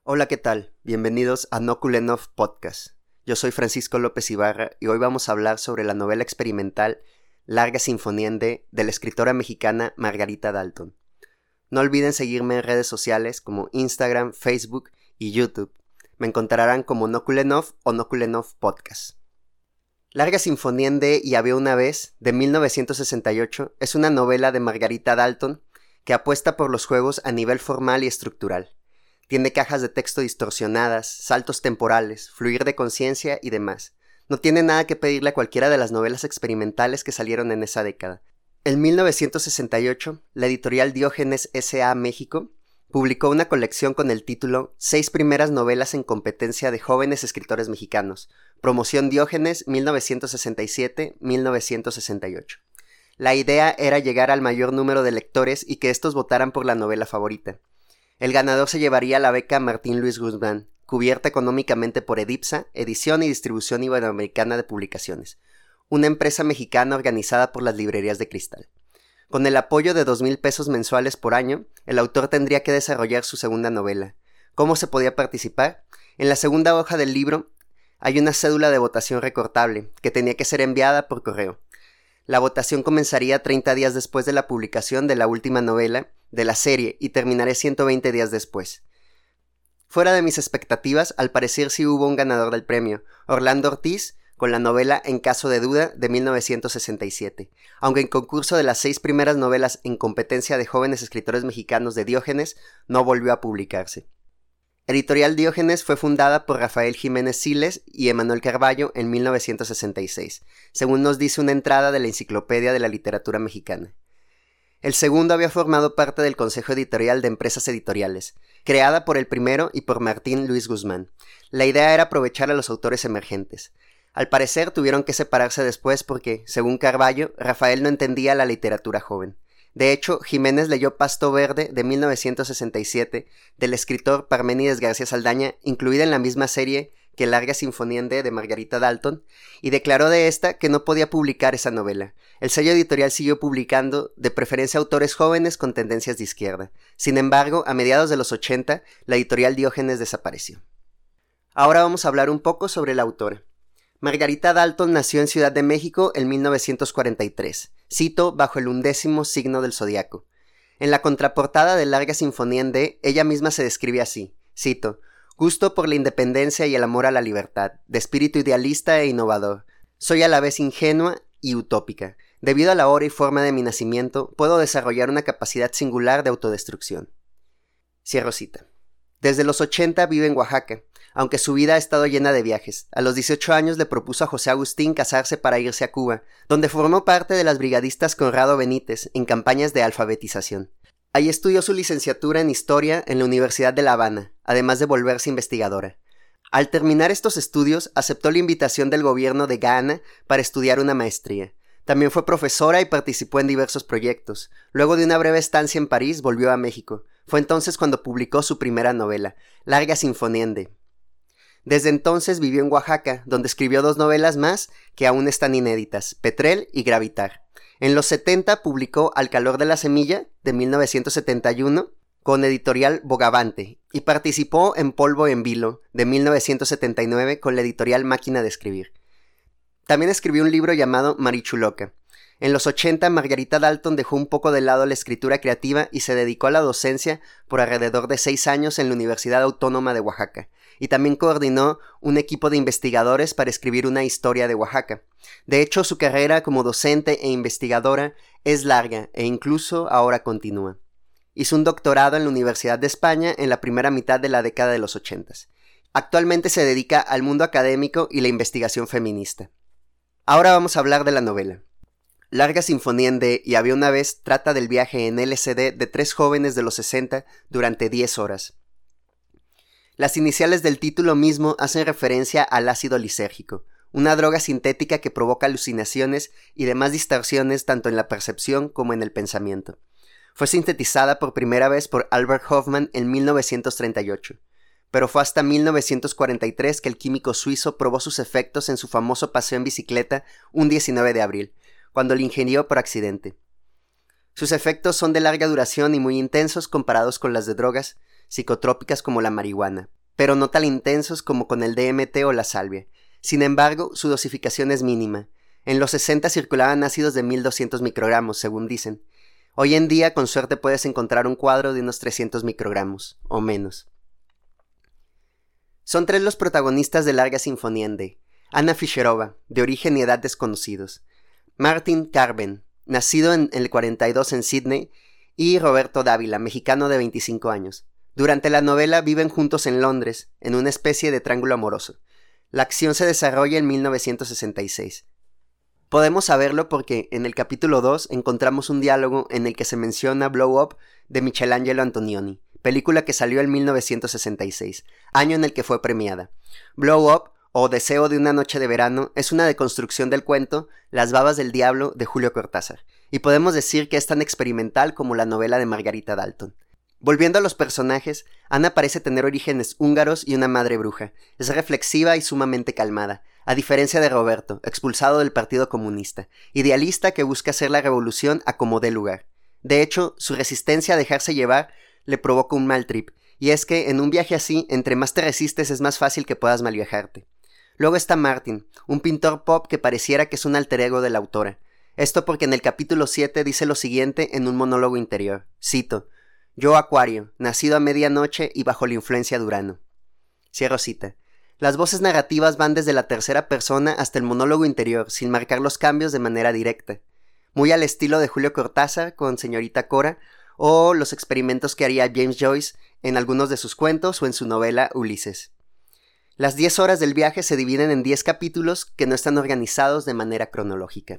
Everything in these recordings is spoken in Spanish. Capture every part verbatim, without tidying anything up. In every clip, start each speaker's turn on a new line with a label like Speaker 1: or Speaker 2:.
Speaker 1: Hola, ¿qué tal? Bienvenidos a No Cool Enough Podcast. Yo soy Francisco López Ibarra y hoy vamos a hablar sobre la novela experimental Larga Sinfonía en D de la escritora mexicana Margarita Dalton. No olviden seguirme en redes sociales como Instagram, Facebook y YouTube. Me encontrarán como No Cool Enough o No Cool Enough Podcast. Larga Sinfonía en D y Había una vez, de mil novecientos sesenta y ocho, es una novela de Margarita Dalton que apuesta por los juegos a nivel formal y estructural. Tiene cajas de texto distorsionadas, saltos temporales, fluir de conciencia y demás. No tiene nada que pedirle a cualquiera de las novelas experimentales que salieron en esa década. En mil novecientos sesenta y ocho, la editorial Diógenes S A México publicó una colección con el título Seis primeras novelas en competencia de jóvenes escritores mexicanos, Promoción Diógenes mil novecientos sesenta y siete a mil novecientos sesenta y ocho. La idea era llegar al mayor número de lectores y que estos votaran por la novela favorita. El ganador se llevaría la beca Martín Luis Guzmán, cubierta económicamente por Edipsa, Edición y Distribución Iberoamericana de Publicaciones, una empresa mexicana organizada por las librerías de Cristal. Con el apoyo de dos mil pesos mensuales por año, el autor tendría que desarrollar su segunda novela. ¿Cómo se podía participar? En la segunda hoja del libro hay una cédula de votación recortable, que tenía que ser enviada por correo. La votación comenzaría treinta días después de la publicación de la última novela de la serie y terminaría ciento veinte días después. Fuera de mis expectativas, al parecer sí hubo un ganador del premio, Orlando Ortiz, con la novela En caso de duda de mil novecientos sesenta y siete, aunque en concurso de las seis primeras novelas en competencia de jóvenes escritores mexicanos de Diógenes no volvió a publicarse. Editorial Diógenes fue fundada por Rafael Jiménez Siles y Emanuel Carballo en mil novecientos sesenta y seis, según nos dice una entrada de la Enciclopedia de la Literatura Mexicana. El segundo había formado parte del Consejo Editorial de Empresas Editoriales, creada por el primero y por Martín Luis Guzmán. La idea era aprovechar a los autores emergentes. Al parecer tuvieron que separarse después porque, según Carballo, Rafael no entendía la literatura joven. De hecho, Jiménez leyó Pasto Verde de mil novecientos sesenta y siete del escritor Parménides García Saldaña, incluida en la misma serie que Larga Sinfonía en D de Margarita Dalton, y declaró de esta que no podía publicar esa novela. El sello editorial siguió publicando, de preferencia autores jóvenes con tendencias de izquierda. Sin embargo, a mediados de los ochenta, la editorial Diógenes desapareció. Ahora vamos a hablar un poco sobre la autora. Margarita Dalton nació en Ciudad de México en mil novecientos cuarenta y tres, cito bajo el undécimo signo del zodiaco. En la contraportada de Larga Sinfonía en D, ella misma se describe así, cito, gusto por la independencia y el amor a la libertad, de espíritu idealista e innovador. Soy a la vez ingenua y utópica. Debido a la hora y forma de mi nacimiento, puedo desarrollar una capacidad singular de autodestrucción. Cierro cita. Desde los ochenta vive en Oaxaca, aunque su vida ha estado llena de viajes. A los dieciocho años le propuso a José Agustín casarse para irse a Cuba, donde formó parte de las brigadistas Conrado Benítez en campañas de alfabetización. Ahí estudió su licenciatura en Historia en la Universidad de La Habana, además de volverse investigadora. Al terminar estos estudios, aceptó la invitación del gobierno de Ghana para estudiar una maestría. También fue profesora y participó en diversos proyectos. Luego de una breve estancia en París, volvió a México. Fue entonces cuando publicó su primera novela, Larga Sinfonía en D. Desde entonces vivió en Oaxaca, donde escribió dos novelas más que aún están inéditas, Petrel y Gravitar. En los setenta publicó Al calor de la semilla, de mil novecientos setenta y uno, con editorial Bogavante, y participó en Polvo en Vilo, de mil novecientos setenta y nueve, con la editorial Máquina de Escribir. También escribió un libro llamado Marichuloca. En los ochenta, Margarita Dalton dejó un poco de lado la escritura creativa y se dedicó a la docencia por alrededor de seis años en la Universidad Autónoma de Oaxaca, y también coordinó un equipo de investigadores para escribir una historia de Oaxaca. De hecho, su carrera como docente e investigadora es larga e incluso ahora continúa. Hizo un doctorado en la Universidad de España en la primera mitad de la década de los ochentas. Actualmente se dedica al mundo académico y la investigación feminista. Ahora vamos a hablar de la novela. Larga Sinfonía en D y Había una vez trata del viaje en L S D de tres jóvenes de los sesenta durante diez horas. Las iniciales del título mismo hacen referencia al ácido lisérgico, una droga sintética que provoca alucinaciones y demás distorsiones tanto en la percepción como en el pensamiento. Fue sintetizada por primera vez por Albert Hofmann en mil novecientos treinta y ocho, pero fue hasta mil novecientos cuarenta y tres que el químico suizo probó sus efectos en su famoso paseo en bicicleta un diecinueve de abril, cuando lo ingirió por accidente. Sus efectos son de larga duración y muy intensos comparados con las de drogas psicotrópicas como la marihuana. pero no tan intensos como con el D M T o la salvia. Sin embargo, su dosificación es mínima. En los sesenta circulaban ácidos de mil doscientos microgramos, según dicen. Hoy en día, con suerte, puedes encontrar un cuadro de unos trescientos microgramos, o menos. Son tres los protagonistas de Larga Sinfoniende. Anna Fischerova, de origen y edad desconocidos. Martin Carven, nacido en el cuarenta y dos en Sydney, y Roberto Dávila, mexicano de veinticinco años. Durante la novela viven juntos en Londres, en una especie de triángulo amoroso. La acción se desarrolla en mil novecientos sesenta y seis. Podemos saberlo porque en el capítulo dos encontramos un diálogo en el que se menciona Blow Up de Michelangelo Antonioni, película que salió en mil novecientos sesenta y seis, año en el que fue premiada. Blow Up, o Deseo de una noche de verano, es una deconstrucción del cuento Las babas del diablo de Julio Cortázar, y podemos decir que es tan experimental como la novela de Margarita Dalton. Volviendo a los personajes, Ana parece tener orígenes húngaros y una madre bruja. Es reflexiva y sumamente calmada, a diferencia de Roberto, expulsado del Partido Comunista, idealista que busca hacer la revolución a como dé lugar. De hecho, su resistencia a dejarse llevar le provoca un mal trip, y es que en un viaje así, entre más te resistes es más fácil que puedas malviajarte. Luego está Martin, un pintor pop que pareciera que es un alter ego de la autora. Esto porque en el capítulo siete dice lo siguiente en un monólogo interior, cito: «Yo, Acuario, nacido a medianoche y bajo la influencia de Urano». Cierro cita. Las voces narrativas van desde la tercera persona hasta el monólogo interior, sin marcar los cambios de manera directa. Muy al estilo de Julio Cortázar con Señorita Cora, o los experimentos que haría James Joyce en algunos de sus cuentos o en su novela Ulises. Las diez horas del viaje se dividen en diez capítulos que no están organizados de manera cronológica.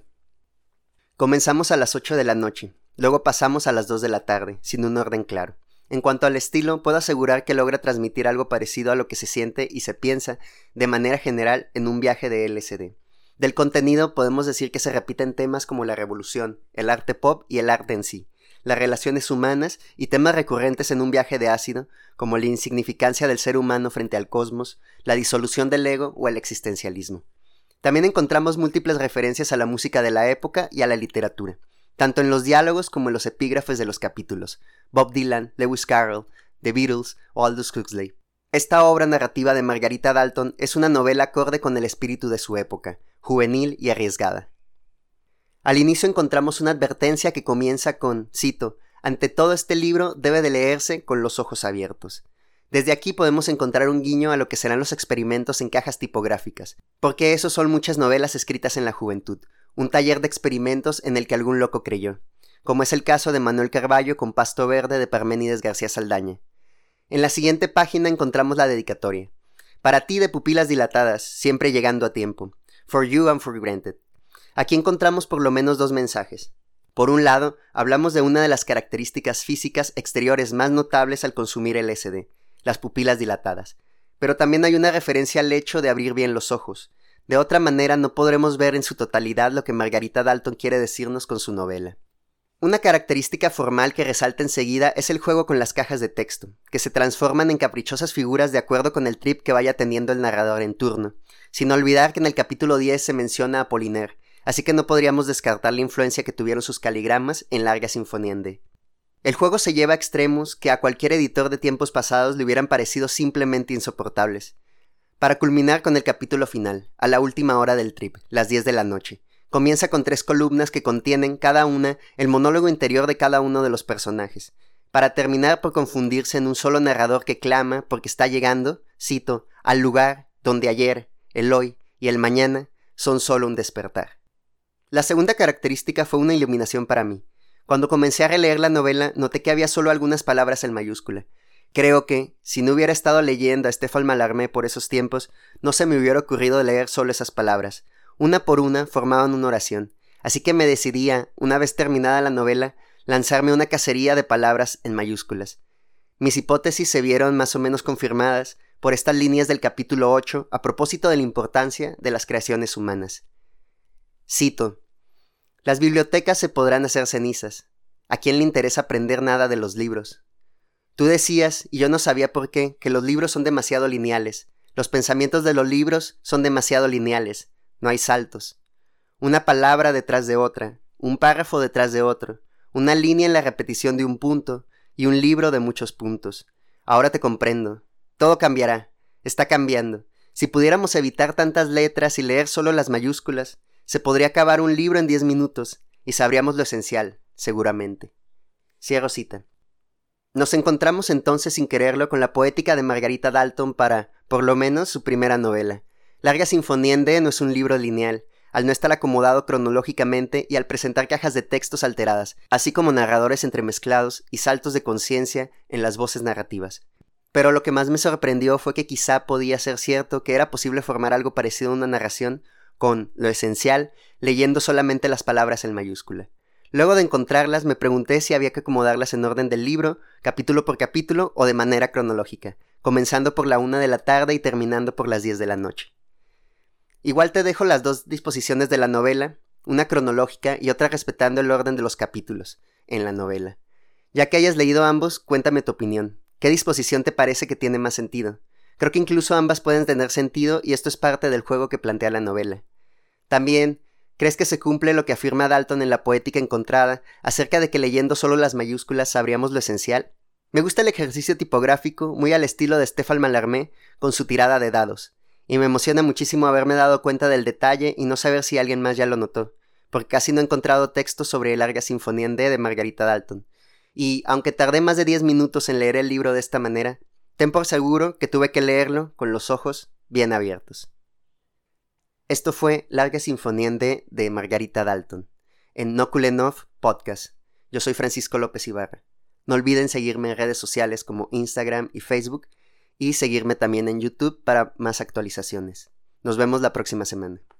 Speaker 1: Comenzamos a las ocho de la noche, luego pasamos a las dos de la tarde, sin un orden claro. En cuanto al estilo, puedo asegurar que logra transmitir algo parecido a lo que se siente y se piensa, de manera general, en un viaje de L S D. Del contenido podemos decir que se repiten temas como la revolución, el arte pop y el arte en sí, las relaciones humanas y temas recurrentes en un viaje de ácido, como la insignificancia del ser humano frente al cosmos, la disolución del ego o el existencialismo. También encontramos múltiples referencias a la música de la época y a la literatura, tanto en los diálogos como en los epígrafes de los capítulos: Bob Dylan, Lewis Carroll, The Beatles o Aldous Huxley. Esta obra narrativa de Margarita Dalton es una novela acorde con el espíritu de su época, juvenil y arriesgada. Al inicio encontramos una advertencia que comienza con, cito: «Ante todo este libro debe de leerse con los ojos abiertos». Desde aquí podemos encontrar un guiño a lo que serán los experimentos en cajas tipográficas, porque esos son muchas novelas escritas en la juventud, un taller de experimentos en el que algún loco creyó, como es el caso de Manuel Carballo con Pasto Verde de Parménides García Saldaña. En la siguiente página encontramos la dedicatoria. Para ti de pupilas dilatadas, siempre llegando a tiempo. For you and for granted. Aquí encontramos por lo menos dos mensajes. Por un lado, hablamos de una de las características físicas exteriores más notables al consumir L S D, las pupilas dilatadas. Pero también hay una referencia al hecho de abrir bien los ojos. De otra manera no podremos ver en su totalidad lo que Margarita Dalton quiere decirnos con su novela. Una característica formal que resalta enseguida es el juego con las cajas de texto, que se transforman en caprichosas figuras de acuerdo con el trip que vaya teniendo el narrador en turno, sin olvidar que en el capítulo diez se menciona a Apollinaire, así que no podríamos descartar la influencia que tuvieron sus caligramas en Larga Sinfoniende. El juego se lleva a extremos que a cualquier editor de tiempos pasados le hubieran parecido simplemente insoportables. Para culminar con el capítulo final, a la última hora del trip, las diez de la noche, comienza con tres columnas que contienen cada una el monólogo interior de cada uno de los personajes, para terminar por confundirse en un solo narrador que clama porque está llegando, cito, al lugar donde ayer, el hoy y el mañana son solo un despertar. La segunda característica fue una iluminación para mí. Cuando comencé a releer la novela, noté que había solo algunas palabras en mayúscula. Creo que, si no hubiera estado leyendo a Stéphane Mallarmé por esos tiempos, no se me hubiera ocurrido leer solo esas palabras. Una por una formaban una oración, así que me decidí a, una vez terminada la novela, lanzarme una cacería de palabras en mayúsculas. Mis hipótesis se vieron más o menos confirmadas por estas líneas del capítulo ocho a propósito de la importancia de las creaciones humanas. Cito: «Las bibliotecas se podrán hacer cenizas. ¿A quién le interesa aprender nada de los libros? Tú decías, y yo no sabía por qué, que los libros son demasiado lineales. Los pensamientos de los libros son demasiado lineales. No hay saltos. Una palabra detrás de otra, un párrafo detrás de otro, una línea en la repetición de un punto, y un libro de muchos puntos. Ahora te comprendo. Todo cambiará, está cambiando. Si pudiéramos evitar tantas letras y leer solo las mayúsculas, se podría acabar un libro en diez minutos y sabríamos lo esencial, seguramente. Cierro cita. Nos encontramos entonces sin quererlo con la poética de Margarita Dalton para, por lo menos, su primera novela. Larga Sinfonía en D no es un libro lineal, al no estar acomodado cronológicamente y al presentar cajas de textos alteradas, así como narradores entremezclados y saltos de conciencia en las voces narrativas. Pero lo que más me sorprendió fue que quizá podía ser cierto que era posible formar algo parecido a una narración con, lo esencial, leyendo solamente las palabras en mayúscula. Luego de encontrarlas me pregunté si había que acomodarlas en orden del libro, capítulo por capítulo o de manera cronológica, comenzando por la una de la tarde y terminando por las diez de la noche. Igual te dejo las dos disposiciones de la novela, una cronológica y otra respetando el orden de los capítulos, en la novela. Ya que hayas leído ambos, cuéntame tu opinión. ¿Qué disposición te parece que tiene más sentido? Creo que incluso ambas pueden tener sentido y esto es parte del juego que plantea la novela. También, ¿crees que se cumple lo que afirma Dalton en la Poética Encontrada acerca de que leyendo solo las mayúsculas sabríamos lo esencial? Me gusta el ejercicio tipográfico, muy al estilo de Stéphane Mallarmé, con su tirada de dados. Y me emociona muchísimo haberme dado cuenta del detalle y no saber si alguien más ya lo notó, porque casi no he encontrado textos sobre Larga Sinfonía en D de Margarita Dalton. Y, aunque tardé más de diez minutos en leer el libro de esta manera, ten por seguro que tuve que leerlo con los ojos bien abiertos. Esto fue Larga Sinfonía en D de Margarita Dalton, en No Cool Enough Podcast. Yo soy Francisco López Ibarra. No olviden seguirme en redes sociales como Instagram y Facebook, y seguirme también en YouTube para más actualizaciones. Nos vemos la próxima semana.